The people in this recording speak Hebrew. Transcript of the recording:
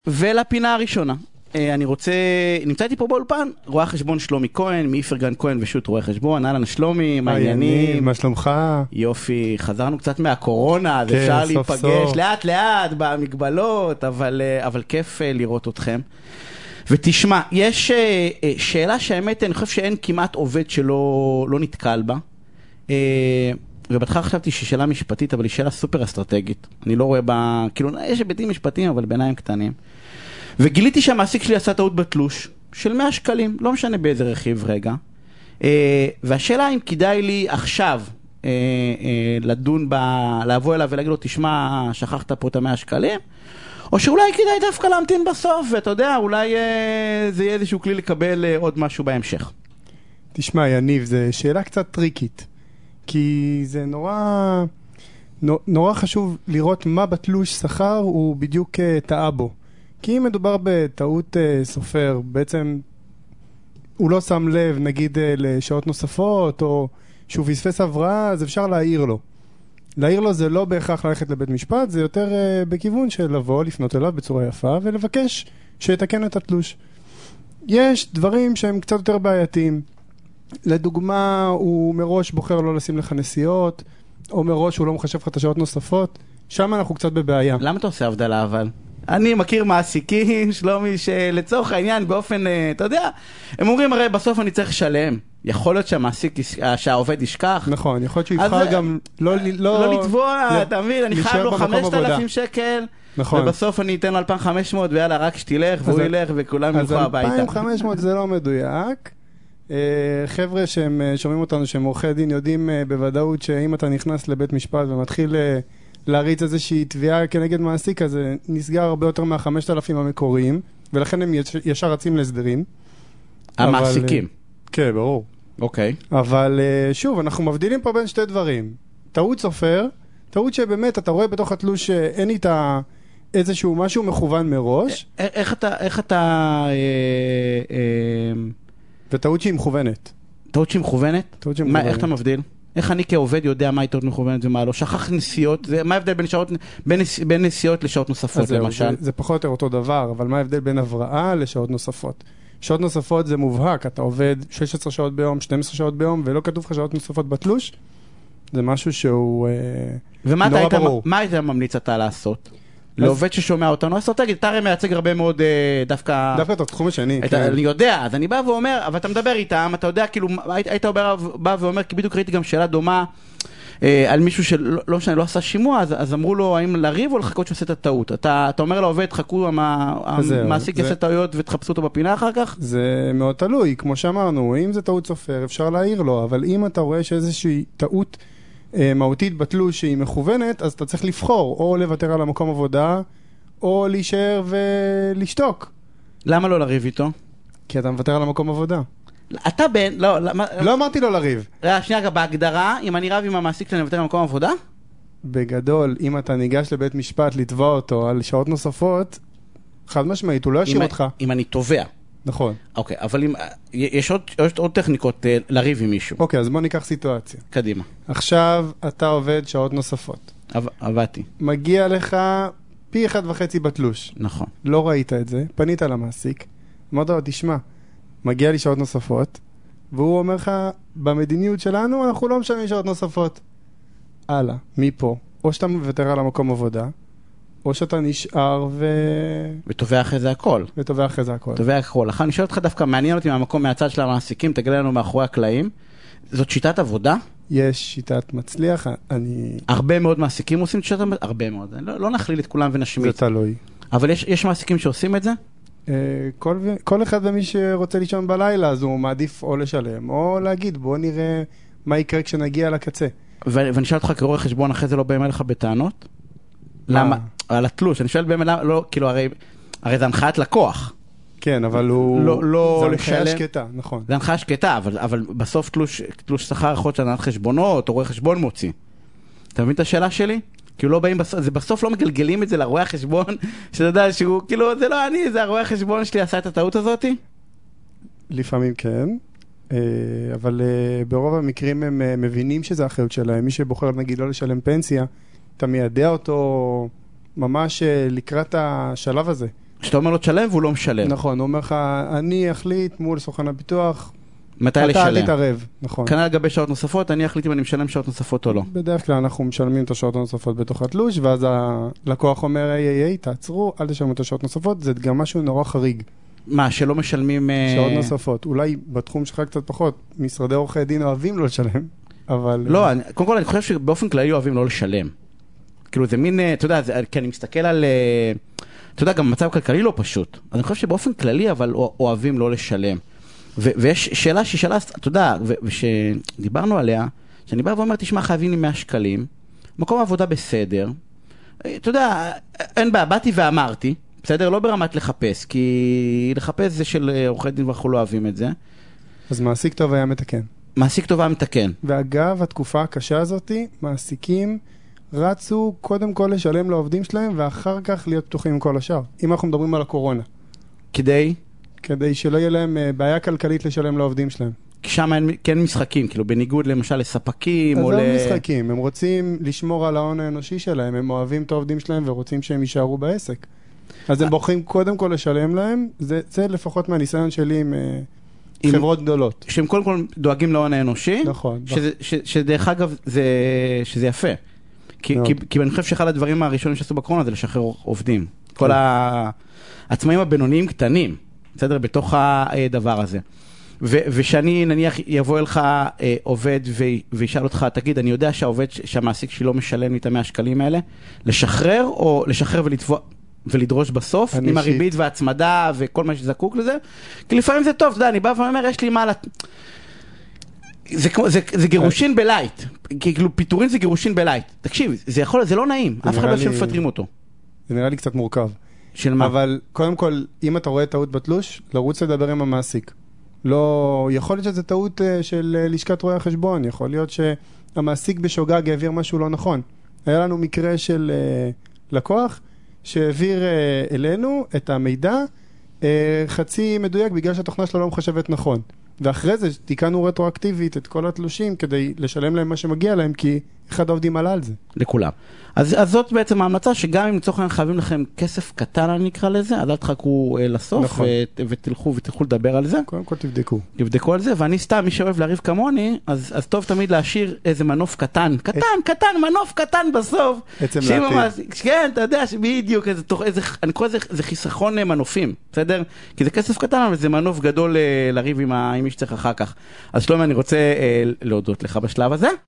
ולפינה הראשונה, אני רוצה, נמצא איתי פה באולפן, רואה חשבון שלומי כהן, מאיפרגן כהן ושות רואה חשבון, אהלן שלומי, מה העניינים? מה שלומך? יופי, חזרנו קצת מהקורונה, אז אפשר להיפגש לאט לאט במגבלות, אבל כיף לראות אתכם. ותשמע, יש שאלה שהאמת, אני חושב שאין כמעט עובד שלא נתקל בה, ובתחילה חשבתי שהיא שאלה משפטית, אבל היא שאלה סופר אסטרטגית. אני לא רואה בה, כאילו, יש היבטים משפטיים, אבל בעיניים קטנים. וגיליתי שהמעסיק שלי עשה טעות בתלוש של 100 שקלים, לא משנה באיזה רכיב רגע. והשאלה אם כדאי לי עכשיו לדון לבוא אליו ולהגיד לו, תשמע, שכחת פה את 100 שקלים, או שאולי כדאי דווקא להמתין בסוף, ואתה יודע, אולי זה יהיה איזשהו כלי לקבל עוד משהו בהמשך. תשמע, יניב, זו שאלה קצת טריקית. כי זה נורא חשוב לראות מה בתלוש שכר הוא בדיוק טעה בו. כי אם מדובר בטעות סופר, בעצם הוא לא שם לב, נגיד, לשעות נוספות, או שהוא פספס הבראה, אז אפשר להעיר לו. להעיר לו זה לא בהכרח ללכת לבית משפט, זה יותר בכיוון של לבוא, לפנות אליו בצורה יפה, ולבקש שיתקן את התלוש. יש דברים שהם קצת יותר בעייתיים. לדוגמה, הוא מראש בוחר לא לשים לך נסיעות, או מראש הוא לא מחשב לך את השעות נוספות. שם אנחנו קצת בבעיה. למה אתה עושה הבדלה אבל? אני מכיר מעסיקים, שלומי, שלצורך העניין באופן, אתה יודע, הם אומרים הרי בסוף אני צריך לשלם. יכול להיות שהעובד ישכח. נכון, יכול להיות שהוא יבחר גם לא לתבוע, אתה מבין, אני חייב לו 5,000 שקל, ובסוף אני אתן לו 2,500 ויאללה, רק שתלך והוא ילך וכולם ילכו הביתה. אז 2,500 זה לא מדויק. חבר'ה שהם שומעים אותנו שהם עורכי דין יודעים בוודאות שאם אתה נכנס לבית משפט ומתחיל להריץ איזושהי תביעה כנגד מעסיק, אז זה נסגר הרבה יותר מה-5,000 המקוריים, ולכן הם ישר רצים להסדרים. המעסיקים. כן, ברור. אוקיי. אבל שוב, אנחנו מבדילים פה בין שתי דברים. טעות סופר, טעות שבאמת אתה רואה בתוך התלוש שאין איתה איזשהו משהו מכוון מראש. איך אתה וטעות שהיא מכוונת. טעות שהיא מכוונת? איך אתה מבדיל? איך אני כעובד יודע מה היא טעות מכוונת ומה לא? שכח נסיעות, מה ההבדל בין נסיעות לשעות נוספות למשל? זה פחות או יותר אותו דבר, אבל מה ההבדל בין הבראה לשעות נוספות? שעות נוספות זה מובהק, אתה עובד 16 שעות ביום, 12 שעות ביום, ולא כתוב לך שעות נוספות בתלוש, זה משהו שהוא נורא ברור. ומה היית ממליץ אתה לעשות? לעובד ששומע אותנו, אז תגיד, אתה הרי מייצג הרבה מאוד דווקא את התחום השני. אני יודע, אז אני בא ואומר, אבל אתה מדבר איתם, אתה יודע, כאילו, היית בא ואומר, כי בדיוק ראיתי גם שאלה דומה על מישהו שלא משנה, לא עשה שימוע, אז אמרו לו, האם לריב או לחכות שעושה את הטעות? אתה אומר לעובד, חכו, המעסיק יעשה טעויות ותחפשו אותו בפינה אחר כך? זה מאוד תלוי, כמו שאמרנו, אם זה טעות סופר, אפשר להעיר לו, אבל אם אתה רואה שאיזושהי טעות מהותית בתלוש שהיא מכוונת, אז אתה צריך לבחור, או לוותר על המקום עבודה, או להישאר ולשתוק. למה לא לריב איתו? כי אתה מוותר על המקום עבודה. אתה לא אמרתי לו לריב. שנייה, בהגדרה, אם אני רב עם המעסיק שאני מוותר על מקום עבודה? בגדול, אם אתה ניגש לבית משפט לתבוע אותו על שעות נוספות, חד משמעית, הוא לא ישאיר אותך. אם אני תובע. נכון. אוקיי, אבל יש עוד טכניקות לריב עם מישהו. אוקיי, אז בוא ניקח סיטואציה. קדימה. עכשיו אתה עובד שעות נוספות. עבדתי. מגיע לך פי 1.5 בתלוש. נכון. לא ראית את זה, פנית למעסיק, אמרת לו, תשמע, מגיע לי שעות נוספות, והוא אומר לך, במדיניות שלנו אנחנו לא משלמים שעות נוספות. הלאה, מפה. או שאתה מוותר על המקום עבודה, או שאתה נשאר ותובע אחרי זה הכל. ותובע אחרי זה הכל. תובע הכל. לכן אני שואל אותך דווקא, מעניין אותי מהמקום מהצד של המעסיקים, תגלה לנו מאחורי הקלעים. זאת שיטת עבודה? יש שיטת מצליח, הרבה מאוד מעסיקים עושים שיטת עבודה? הרבה מאוד. לא נכליל את כולם ונשמיט. זה תלוי. אבל יש מעסיקים שעושים את זה? כל אחד ומי שרוצה לישון בלילה, אז הוא מעדיף או לשלם, או להגיד, בוא נראה מה יקרה כשנגיע לקצה. ואני שואל אותך כרואה חשבון אחרי זה לא באים אליך בטענות? למה? על התלוש. אני שואל באמת למה, לא, כאילו הרי זה הנחיית לקוח. כן, אבל הוא לא זה הנחיה שקטה, נכון. זה הנחיה שקטה, אבל בסוף תלוש שכר יכול להיות שהנהלת חשבונות, או רואה חשבון מוציא. אתה מבין את השאלה שלי? כאילו לא באים זה בסוף לא מגלגלים את זה לרואה החשבון, שאתה יודע שהוא, כאילו זה לא אני, זה הרואה החשבון שלי עשה את הטעות הזאת? לפעמים כן, אבל ברוב המקרים הם מבינים שזה האחריות שלהם. מי שבוחר נגיד לא לשלם פנסיה, אתה מיידע אותו ממש לקראת השלב הזה. שאתה אומר לו תשלם והוא לא משלם. נכון, הוא אומר לך, אני אחליט מול סוכן הביטוח, מתי לשלם. אתה תתערב, נכון. כנ"ל לגבי שעות נוספות, אני אחליט אם אני משלם שעות נוספות או לא. בדרך כלל אנחנו משלמים את השעות הנוספות בתוך התלוש, ואז הלקוח אומר, היי, תעצרו, אל תשלמו את השעות נוספות, זה גם משהו נורא חריג. מה, שלא משלמים... שעות נוספות. אולי בתחום שלך קצת פחות, משרדי עורכי דין אוהבים לא לשלם, אבל... לא, קודם כל אני חושב שבאופן כללי אוהבים לא לשלם. כאילו זה מין, אתה יודע, כי אני מסתכל על... אתה יודע, גם המצב הכלכלי לא פשוט. אז אני חושב שבאופן כללי, אבל אוהבים לא לשלם. ויש שאלה ששאלה, אתה יודע, ושדיברנו עליה, שאני בא ואומר, תשמע, חייבים לי 100 שקלים, מקום העבודה בסדר, אתה יודע, אין בעיה, באתי ואמרתי, בסדר, לא ברמת לחפש, כי לחפש זה של עורכי דין ואנחנו לא אוהבים את זה. אז מעסיק טוב היה מתקן. מעסיק טוב היה מתקן. ואגב, התקופה הקשה הזאת, מעסיקים רצו קודם כל לשלם לעובדים שלהם, ואחר כך להיות פתוחים עם כל השאר. אם אנחנו מדברים על הקורונה. כדי שלא יהיה להם בעיה כלכלית לשלם לעובדים שלהם. כי שם כן משחקים, כאילו בניגוד למשל לספקים אז לא משחקים, הם רוצים לשמור על ההון האנושי שלהם, הם אוהבים את העובדים שלהם ורוצים שהם יישארו בעסק. אז הם בוחרים קודם כל לשלם להם, זה לפחות מהניסיון שלי עם חברות גדולות. שהם קודם כל דואגים להון האנושי, נכון. שדרך אגב שזה יפה. כי אני חושב שאחד הדברים הראשונים שעשו בקורונה זה לשחרר עובדים. כל העצמאים הבינוניים קטנים, בסדר, בתוך הדבר הזה. ושאני נניח יבוא אליך עובד וישאל אותך, תגיד, אני יודע שהמעסיק שלי לא משלם לי את 100 שקלים האלה, לשחרר או לשחרר ולדרוש בסוף, עם הריבית והצמדה וכל מה שזקוק לזה, כי לפעמים זה טוב, אתה יודע, אני בא ואומר, יש לי מה זה גירושין בלייט, כאילו פיטורין זה גירושין בלייט. תקשיב, זה לא נעים, אף אחד לא שמפטרים אותו. זה נראה לי קצת מורכב. של מה? אבל קודם כל, אם אתה רואה טעות בתלוש, לרוץ לדבר עם המעסיק. לא, יכול להיות שזה טעות של לשכת רואי החשבון, יכול להיות שהמעסיק בשוגג העביר משהו לא נכון. היה לנו מקרה של לקוח שהעביר אלינו את המידע חצי מדויק בגלל שהתוכנה שלו לא מחשבת נכון. ואחרי זה תיקנו רטרואקטיבית את כל התלושים כדי לשלם להם מה שמגיע להם, כי אחד העובדים עלה על זה. לכולם. אז זאת בעצם ההמלצה, שגם אם לצורך העניין חייבים לכם כסף קטן, אני אקרא לזה, אז אל תחכו לסוף, נכון. ותלכו לדבר על זה. קודם כל תבדקו. תבדקו על זה, ואני סתם, מי שאוהב להריב כמוני, אז טוב תמיד להשאיר איזה מנוף קטן, מנוף קטן בסוף. עצם לעתיד. כן, אתה יודע, בדיוק, אני קורא לזה חיסכון מנופים, בסדר? כי זה כסף קטן, אבל זה מנוף גדול לריב עם מי שצריך אחר כך. אז שלומי, אני רוצה להודות לך בשלב הזה.